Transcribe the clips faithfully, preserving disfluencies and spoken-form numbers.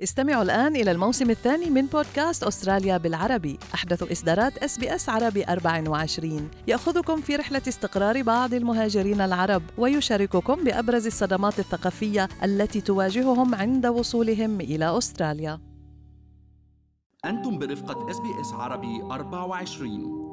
استمعوا الآن إلى الموسم الثاني من بودكاست أستراليا بالعربي، أحدث إصدارات إس بي إس عربي أربعة وعشرين، يأخذكم في رحلة استقرار بعض المهاجرين العرب ويشارككم بأبرز الصدمات الثقافية التي تواجههم عند وصولهم إلى أستراليا. أنتم برفقة إس بي إس عربي أربعة وعشرين.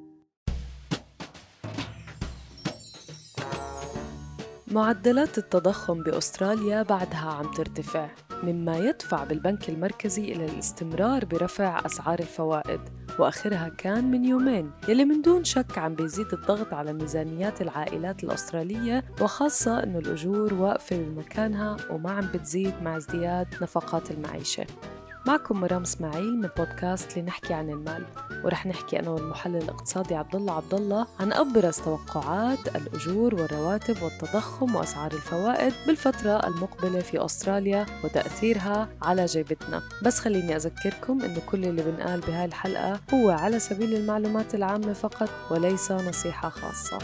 معدلات التضخم بأستراليا بعدها عم ترتفع، مما يدفع بالبنك المركزي إلى الاستمرار برفع أسعار الفوائد، وآخرها كان من يومين، يلي من دون شك عم بيزيد الضغط على ميزانيات العائلات الأسترالية، وخاصة إنه الأجور واقفة بمكانها وما عم بتزيد مع ازدياد نفقات المعيشة. معكم مرام اسماعيل من بودكاست لنحكي عن المال، ورح نحكي أنا والمحلل الاقتصادي عبدالله عبدالله عن أبرز توقعات الأجور والرواتب والتضخم وأسعار الفوائد بالفترة المقبلة في أستراليا وتأثيرها على جيبتنا. بس خليني أذكركم إنه كل اللي بنقال بهاي الحلقة هو على سبيل المعلومات العامة فقط وليس نصيحة خاصة.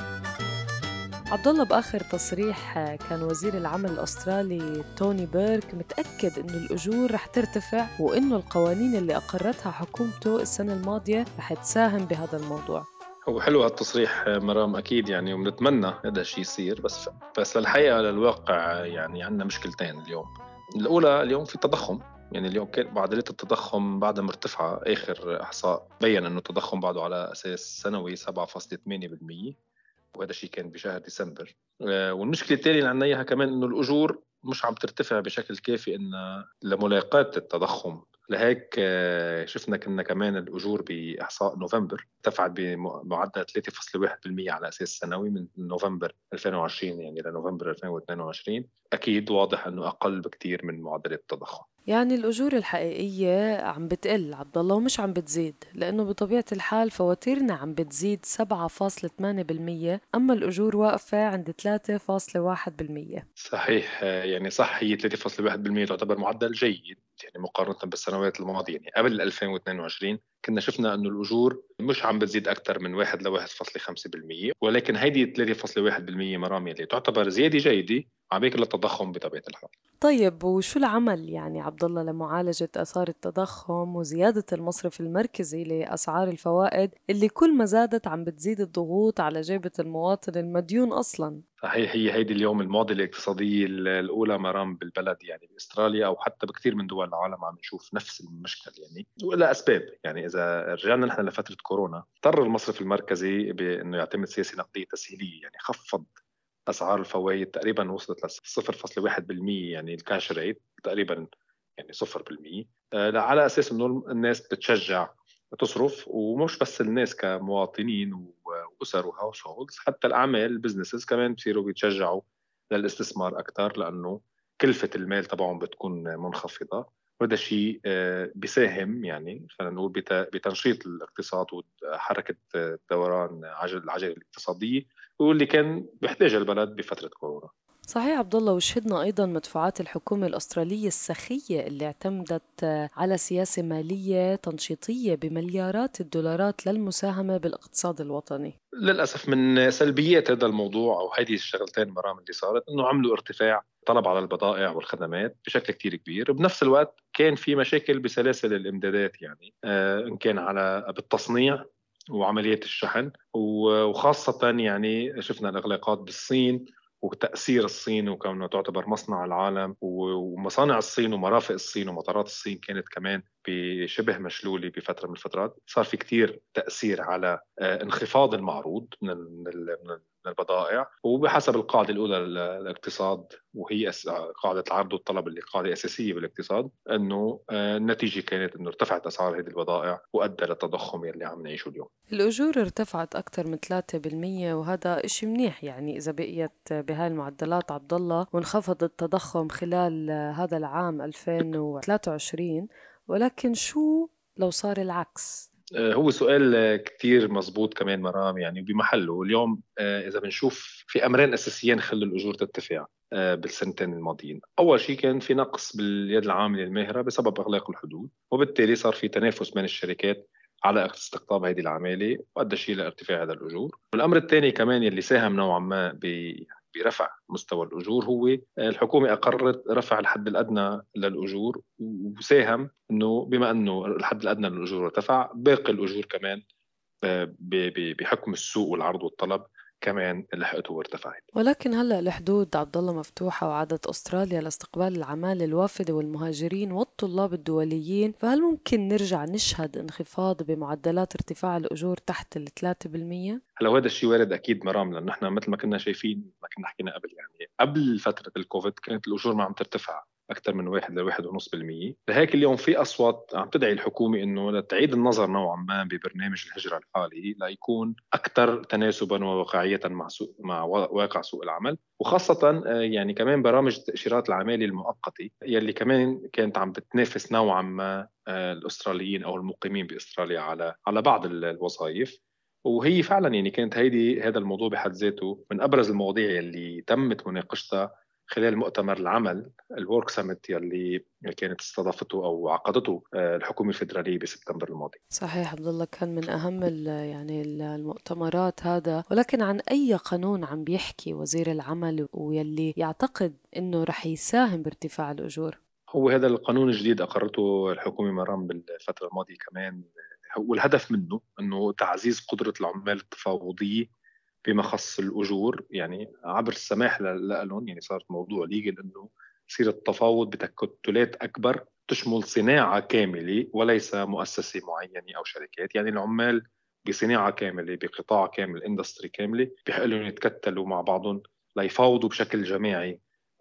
عبدالله، بآخر تصريح كان وزير العمل الأسترالي توني بيرك متأكد إنه الأجور رح ترتفع وإنه القوانين اللي أقرتها حكومته السنة الماضية رح تساهم بهذا الموضوع. هو حلو هالتصريح مرام، أكيد يعني وبنتمنى هذا الشيء يصير، بس بس للحقيقة للواقع يعني عندنا مشكلتين اليوم. الأولى اليوم في تضخم، يعني اليوم كان معدلة التضخم بعد مرتفعة. آخر إحصاء بيّن إنه التضخم بعده على أساس سنوي سبعة فاصلة ثمانية بالمية، وهذا الشيء كان بشهر ديسمبر. والمشكلة الثانية اللي عندنا إياها كمان إنه الأجور مش عم ترتفع بشكل كافي إن لملاقاة التضخم. لهيك شفنا كنا كمان الأجور بإحصاء نوفمبر ارتفعت بمعدل ثلاثة فاصلة واحد بالمية على أساس سنوي من نوفمبر ألفين وعشرين يعني لنوفمبر ألفين واثنين وعشرين. أكيد واضح إنه أقل بكتير من معدلات التضخم. يعني الأجور الحقيقية عم بتقل عبدالله ومش عم بتزيد، لأنه بطبيعة الحال فواتيرنا عم بتزيد سبعة فاصلة ثمانية بالمية، أما الأجور واقفة عند ثلاثة فاصلة واحد بالمية. صحيح، يعني صح، هي ثلاثة فاصلة واحد بالمية تعتبر معدل جيد يعني مقارنة بالسنوات الماضية. يعني قبل ألفين واثنين وعشرين كنا شفنا أنه الأجور مش عم بتزيد أكثر من واحد ل واحد فاصلة خمسة بالمية، ولكن هيدي ثلاثة فاصلة واحد بالمية مرامي اللي تعتبر زيادة جيدة عم بيكل التضخم بطبيعة الحال. طيب وشو العمل يعني عبدالله لمعالجة آثار التضخم وزيادة المصرف المركزي لأسعار الفوائد اللي كل ما زادت عم بتزيد الضغوط على جيبة المواطن المديون أصلاً؟ صحيح، هي هيدي اليوم المعضلة الاقتصادية الأولى مرام بالبلد، يعني بأستراليا أو حتى بكثير من دول العالم عم نشوف نفس المشكل يعني، ولا أسباب. يعني إذا رجعنا نحن لفترة كورونا اضطر المصرف المركزي بأنه يعتمد سياسة نقدية تسهيلية، يعني خفض أسعار الفوائد تقريبا وصلت ل صفر فاصلة واحد بالمية، يعني الكاش ريت تقريبا يعني صفر بالمية، على أساس أنه الناس بتشجع تصرف، ومش بس الناس كمواطنين وأسر وهاوس هولدز، حتى الأعمال البزنسز كمان بصيروا بيتشجعوا للاستثمار أكتر لأنه كلفة المال تبعهم بتكون منخفضة. وهذا الشيء بيساهم يعني خلينا نقول بتنشيط الاقتصاد وحركة دوران عجل العجلة الاقتصادية واللي كان بيحتاجها البلد بفترة كورونا. صحيح عبدالله، وشهدنا أيضاً مدفوعات الحكومة الأسترالية السخية اللي اعتمدت على سياسة مالية تنشيطية بمليارات الدولارات للمساهمة بالاقتصاد الوطني. للأسف من سلبيات هذا الموضوع أو هذه الشغلتين مرام اللي صارت إنه عملوا ارتفاع طلب على البضائع والخدمات بشكل كتير كبير، وبنفس الوقت كان في مشاكل بسلاسل الإمدادات، يعني آه إن كان على بالتصنيع وعمليات الشحن، وخاصة يعني شفنا الإغلاقات بالصين وتأثير الصين وكونه تعتبر مصنع العالم، ومصانع الصين ومرافق الصين ومطارات الصين كانت كمان بشبه مشلولة بفترة من الفترات. صار في كتير تأثير على انخفاض المعروض من البضائع، وبحسب القاعدة الأولى للاقتصاد وهي قاعدة العرض والطلب اللي قاعدة أساسية بالاقتصاد، أنه النتيجة كانت أنه ارتفعت أسعار هذه البضائع وأدى للتضخم اللي عم نعيشه اليوم. الأجور ارتفعت أكثر من ثلاثة بالمية، وهذا إشي منيح يعني إذا بقيت بهاي المعدلات عبدالله وانخفض التضخم خلال هذا العام ألفين وثلاثة وعشرين. ولكن شو لو صار العكس؟ هو سؤال كتير مزبوط كمان مرام، يعني بمحله. اليوم إذا بنشوف في أمرين أساسيين خلوا الأجور ترتفع بالسنتين الماضيين. أول شيء كان في نقص باليد العاملة الماهرة بسبب إغلاق الحدود، وبالتالي صار في تنافس بين الشركات على استقطاب هذه العمالة، وأدى شيء لارتفاع هذا الأجور. والأمر الثاني كمان يلي ساهم نوعا ما برفع مستوى الأجور هو الحكومة أقررت رفع الحد الأدنى للأجور، وساهم أنه بما أنه الحد الأدنى للأجور ارتفع باقي الأجور كمان بحكم السوق والعرض والطلب كمان لحقته وارتفعت. ولكن هلأ الحدود عبد الله مفتوحة وعادت أستراليا لاستقبال العمالة الوافدة والمهاجرين والطلاب الدوليين، فهل ممكن نرجع نشهد انخفاض بمعدلات ارتفاع الأجور تحت الثلاثة بالمية؟ هلا هذا الشيء وارد أكيد مرام، لأنه نحن مثل ما كنا شايفين ما كنا حكينا قبل، يعني قبل فترة الكوفيد كانت الأجور ما عم ترتفع أكثر من واحد لواحد ونص بالمية. لهيك اليوم في أصوات عم تدعي الحكومة إنه تعيد النظر نوعا ما ببرنامج الهجرة الحالي ليكون أكثر تناسبا وواقعية مع سوق مع واقع سوق العمل، وخاصة يعني كمان برامج تأشيرات العمالة المؤقتة يلي كمان كانت عم بتنافس نوعا ما الأستراليين أو المقيمين بأستراليا على على بعض الوظائف. وهي فعلا يعني كانت هيدي هذا الموضوع بحد ذاته من أبرز المواضيع اللي تمت مناقشتها خلال مؤتمر العمل الورك سمت يلي كانت استضافته أو عقدته الحكومة الفيدرالية بسبتمبر الماضي. صحيح عبد الله، كان من أهم يعني المؤتمرات هذا. ولكن عن أي قانون عم بيحكي وزير العمل ويلي يعتقد إنه رح يساهم بارتفاع الأجور؟ هو هذا القانون الجديد أقرته الحكومة مرام بالفترة الماضية كمان، والهدف منه أنه تعزيز قدرة العمال التفاوضية بما خص الأجور، يعني عبر السماح لهم، يعني صار موضوع ليجل أنه يصير التفاوض بتكتلات أكبر تشمل صناعة كاملة وليس مؤسسة معينة أو شركات. يعني العمال بصناعة كاملة بقطاع كامل اندستري كاملة بيحق لهم يتكتلوا مع بعضهم ليفاوضوا بشكل جماعي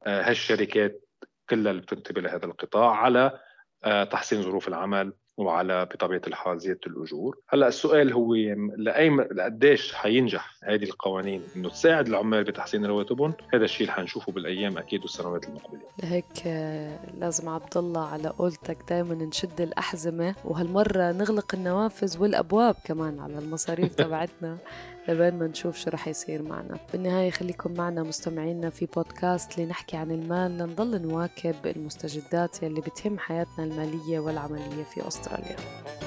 هالشركات كلها اللي بتنتبه لهذا القطاع على تحسين ظروف العمل وعلى بطبيعة الحال زيادة الأجور. هلأ السؤال هو لأي لقديش حينجح هذه القوانين إنه تساعد العمال بتحسين رواتبهم؟ هذا الشيء اللي حنشوفه بالأيام أكيد والسنوات المقبلة. لهيك لازم عبد الله على قولتك دائما نشد الأحزمة، وهالمرة نغلق النوافذ والأبواب كمان على المصاريف تبعتنا لبين ما نشوف شو رح يصير معنا. بالنهاية خليكم معنا مستمعينا في بودكاست لنحكي عن المال، لنضل نواكب المستجدات اللي بتهم حياتنا المالية والعملية في أستراليا.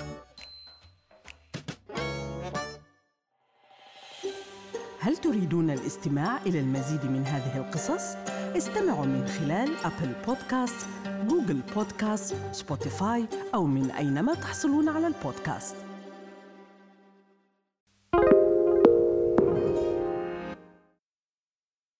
هل تريدون الاستماع إلى المزيد من هذه القصص؟ استمعوا من خلال أبل بودكاست، جوجل بودكاست، سبوتيفاي أو من أينما تحصلون على البودكاست.